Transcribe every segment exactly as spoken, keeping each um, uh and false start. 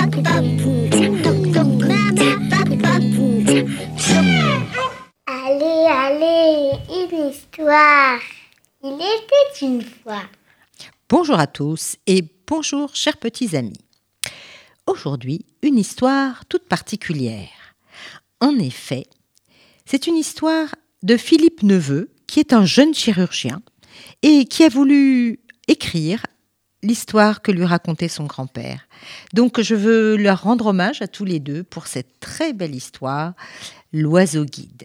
Allez, allez, une histoire. Il était une fois. Bonjour à tous et bonjour chers petits amis. Aujourd'hui, une histoire toute particulière. En effet, c'est une histoire de Philippe Neveu, qui est un jeune chirurgien et qui a voulu écrire l'histoire que lui racontait son grand-père. Donc je veux leur rendre hommage à tous les deux pour cette très belle histoire, L'oiseau guide.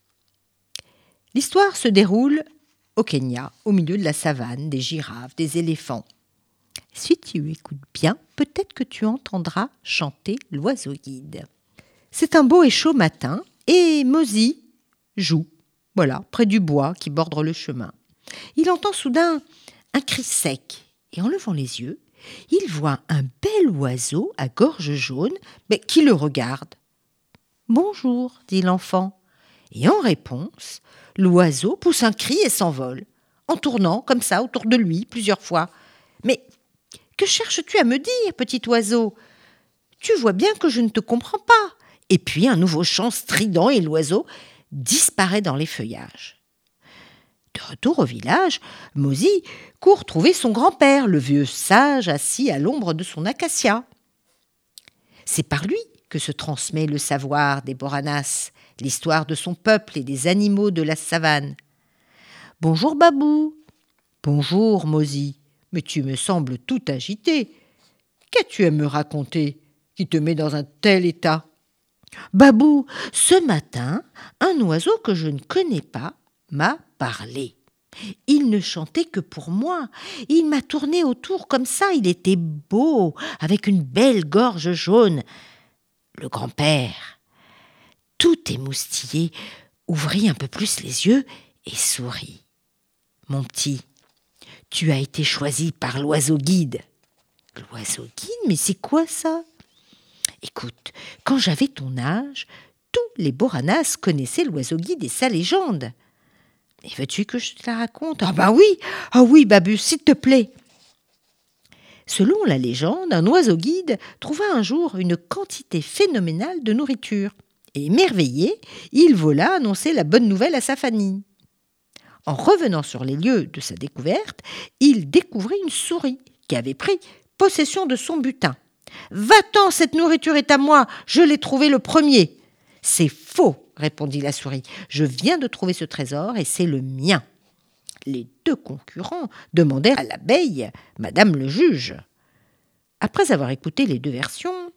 L'histoire se déroule au Kenya, au milieu de la savane, des girafes, des éléphants. Si tu écoutes bien, peut-être que tu entendras chanter l'oiseau guide. C'est un beau et chaud matin et Mozi joue, voilà, près du bois qui borde le chemin. Il entend soudain un cri sec et en levant les yeux, il voit un bel oiseau à gorge jaune mais qui le regarde. « Bonjour » dit l'enfant. Et en réponse, l'oiseau pousse un cri et s'envole, en tournant comme ça autour de lui plusieurs fois. « Mais que cherches-tu à me dire, petit oiseau ? Tu vois bien que je ne te comprends pas. » Et puis un nouveau chant strident et l'oiseau disparaît dans les feuillages. De retour au village, Mozi court trouver son grand-père, le vieux sage assis à l'ombre de son acacia. C'est par lui que se transmet le savoir des Boranas, l'histoire de son peuple et des animaux de la savane. « Bonjour Babou !»« Bonjour Mozi, mais tu me sembles tout agité. Qu'as-tu à me raconter qui te met dans un tel état ?»« Babou, ce matin, un oiseau que je ne connais pas m'a parlé. Il ne chantait que pour moi. Il m'a tourné autour comme ça. Il était beau, avec une belle gorge jaune. » Le grand-père, tout émoustillé, ouvrit un peu plus les yeux et sourit. « Mon petit, tu as été choisi par l'oiseau guide. »« L'oiseau guide, mais c'est quoi ça ? » Écoute, quand j'avais ton âge, tous les Boranas connaissaient l'oiseau guide et sa légende. Et veux-tu que je te la raconte ? Ah bah oui, ah oui, Babu, s'il te plaît. Selon la légende, un oiseau guide trouva un jour une quantité phénoménale de nourriture. Et émerveillé, il vola annoncer la bonne nouvelle à sa famille. En revenant sur les lieux de sa découverte, il découvrit une souris qui avait pris possession de son butin. « Va-t'en, cette nourriture est à moi, je l'ai trouvée le premier. »« C'est faux, » répondit la souris. « Je viens de trouver ce trésor et c'est le mien. » Les deux concurrents demandèrent à l'abeille « Madame le juge ». Après avoir écouté les deux versions,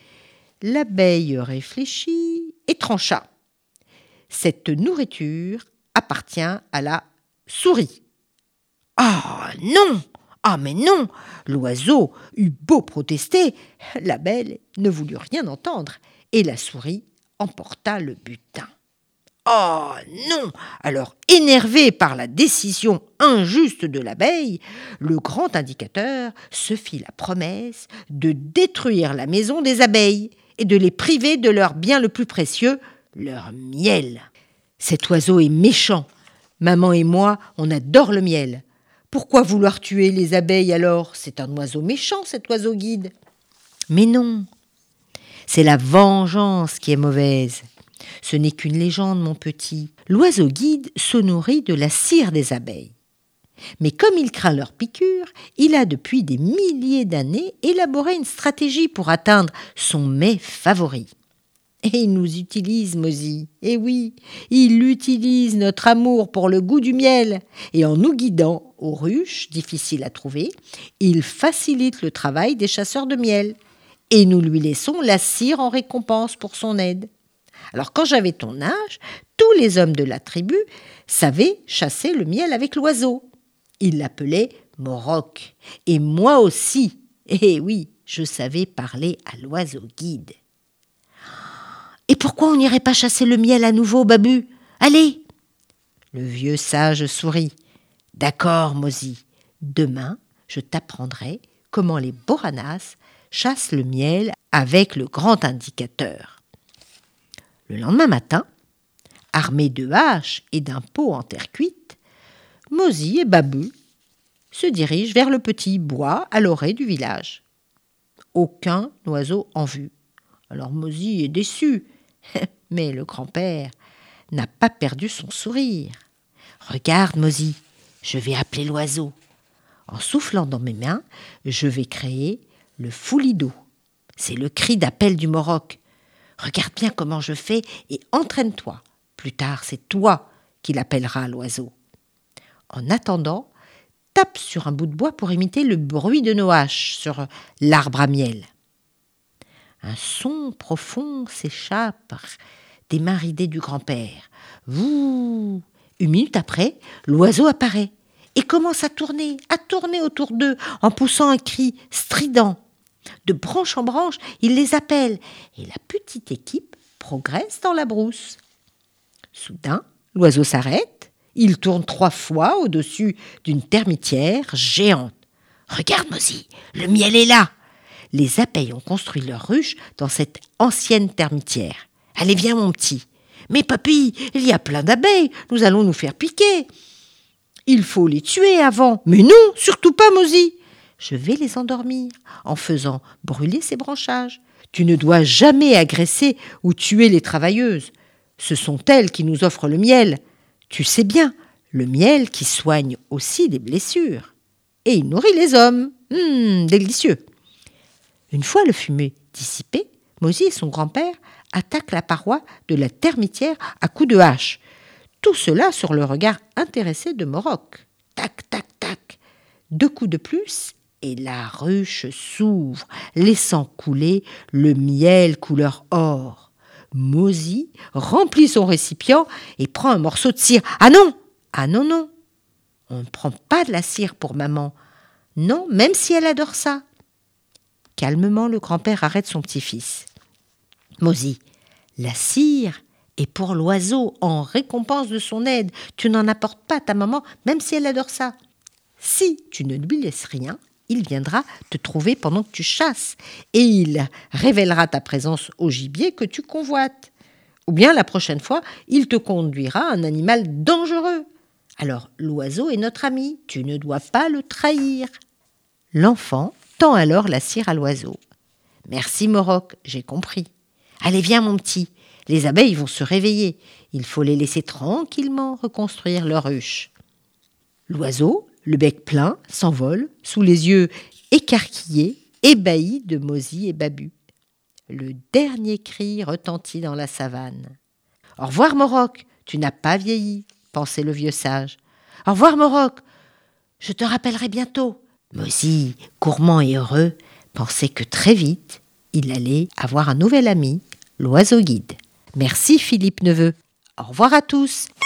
l'abeille réfléchit et trancha. « Cette nourriture appartient à la souris. »« Ah non !» « Ah mais non !» L'oiseau eut beau protester, l'abeille ne voulut rien entendre et la souris emporta le butin. « Oh non !» Alors, énervé par la décision injuste de l'abeille, le grand indicateur se fit la promesse de détruire la maison des abeilles et de les priver de leur bien le plus précieux, leur miel. « Cet oiseau est méchant. Maman et moi, on adore le miel. Pourquoi vouloir tuer les abeilles alors ? C'est un oiseau méchant, cet oiseau guide. » Mais non, c'est la vengeance qui est mauvaise. Ce n'est qu'une légende, mon petit. L'oiseau guide se nourrit de la cire des abeilles. Mais comme il craint leur piqûre, il a depuis des milliers d'années élaboré une stratégie pour atteindre son mets favori. Et il nous utilise, Mozi. Eh oui, il utilise notre amour pour le goût du miel. Et en nous guidant aux ruches difficiles à trouver, il facilite le travail des chasseurs de miel. Et nous lui laissons la cire en récompense pour son aide. Alors quand j'avais ton âge, tous les hommes de la tribu savaient chasser le miel avec l'oiseau. Ils l'appelaient Moroc. Et moi aussi. Eh oui, je savais parler à l'oiseau guide. Et pourquoi on n'irait pas chasser le miel à nouveau, Babu ? Allez !» Le vieux sage sourit. « D'accord, Mozi. Demain, je t'apprendrai comment les Boranas chassent le miel avec le grand indicateur. » Le lendemain matin, armés de haches et d'un pot en terre cuite, Mozi et Babu se dirigent vers le petit bois à l'orée du village. aucun oiseau en vue. Alors Mozy est déçu, mais le grand-père n'a pas perdu son sourire. « Regarde, Mozy, je vais appeler l'oiseau. En soufflant dans mes mains, je vais créer le foulido. C'est le cri d'appel du Morok. Regarde bien comment je fais et entraîne-toi. Plus tard, c'est toi qui l'appelleras, l'oiseau. En attendant, tape sur un bout de bois pour imiter le bruit de nos haches sur l'arbre à miel. » Un son profond s'échappe des mains ridées du grand-père. Vouh ! Une minute après, l'oiseau apparaît et commence à tourner, à tourner autour d'eux en poussant un cri strident. De branche en branche, il les appelle et la petite équipe progresse dans la brousse. Soudain, l'oiseau s'arrête, il tourne trois fois au-dessus d'une termitière géante. « Regarde, Mozy, le miel est là !» Les abeilles ont construit leur ruche dans cette ancienne termitière. « Allez, viens, mon petit. »« Mais papy, il y a plein d'abeilles, nous allons nous faire piquer. »« Il faut les tuer avant. »« Mais non, surtout pas, Mozy. »« Je vais les endormir en faisant brûler ces branchages. Tu ne dois jamais agresser ou tuer les travailleuses. Ce sont elles qui nous offrent le miel. Tu sais bien, le miel qui soigne aussi des blessures. Et il nourrit les hommes. Hum, délicieux. » Une fois le fumet dissipé, Mozy et son grand-père attaquent la paroi de la termitière à coups de hache. Tout cela sur le regard intéressé de Morok. Tac, tac, tac. Deux coups de plus et la ruche s'ouvre, laissant couler le miel couleur or. Mozy remplit son récipient et prend un morceau de cire. Ah non, ah non, non. On ne prend pas de la cire pour maman. Non, même si elle adore ça. Calmement, le grand-père arrête son petit-fils. « Mozy, la cire est pour l'oiseau en récompense de son aide. Tu n'en apportes pas à ta maman, même si elle adore ça. Si tu ne lui laisses rien, il viendra te trouver pendant que tu chasses et il révélera ta présence au gibier que tu convoites. Ou bien la prochaine fois, il te conduira à un animal dangereux. Alors l'oiseau est notre ami, tu ne dois pas le trahir. » L'enfant tend alors la cire à l'oiseau. « Merci, Morok, j'ai compris. Allez, viens, mon petit, les abeilles vont se réveiller. Il faut les laisser tranquillement reconstruire leur ruche. » L'oiseau, le bec plein, s'envole, sous les yeux écarquillés, ébahis de Mozy et Babu. Le dernier cri retentit dans la savane. « Au revoir, Morok, tu n'as pas vieilli, » pensait le vieux sage. « Au revoir, Morok, je te rappellerai bientôt. » Mozy, gourmand et heureux, pensait que très vite, il allait avoir un nouvel ami, l'oiseau guide. Merci Philippe Neveu. Au revoir à tous.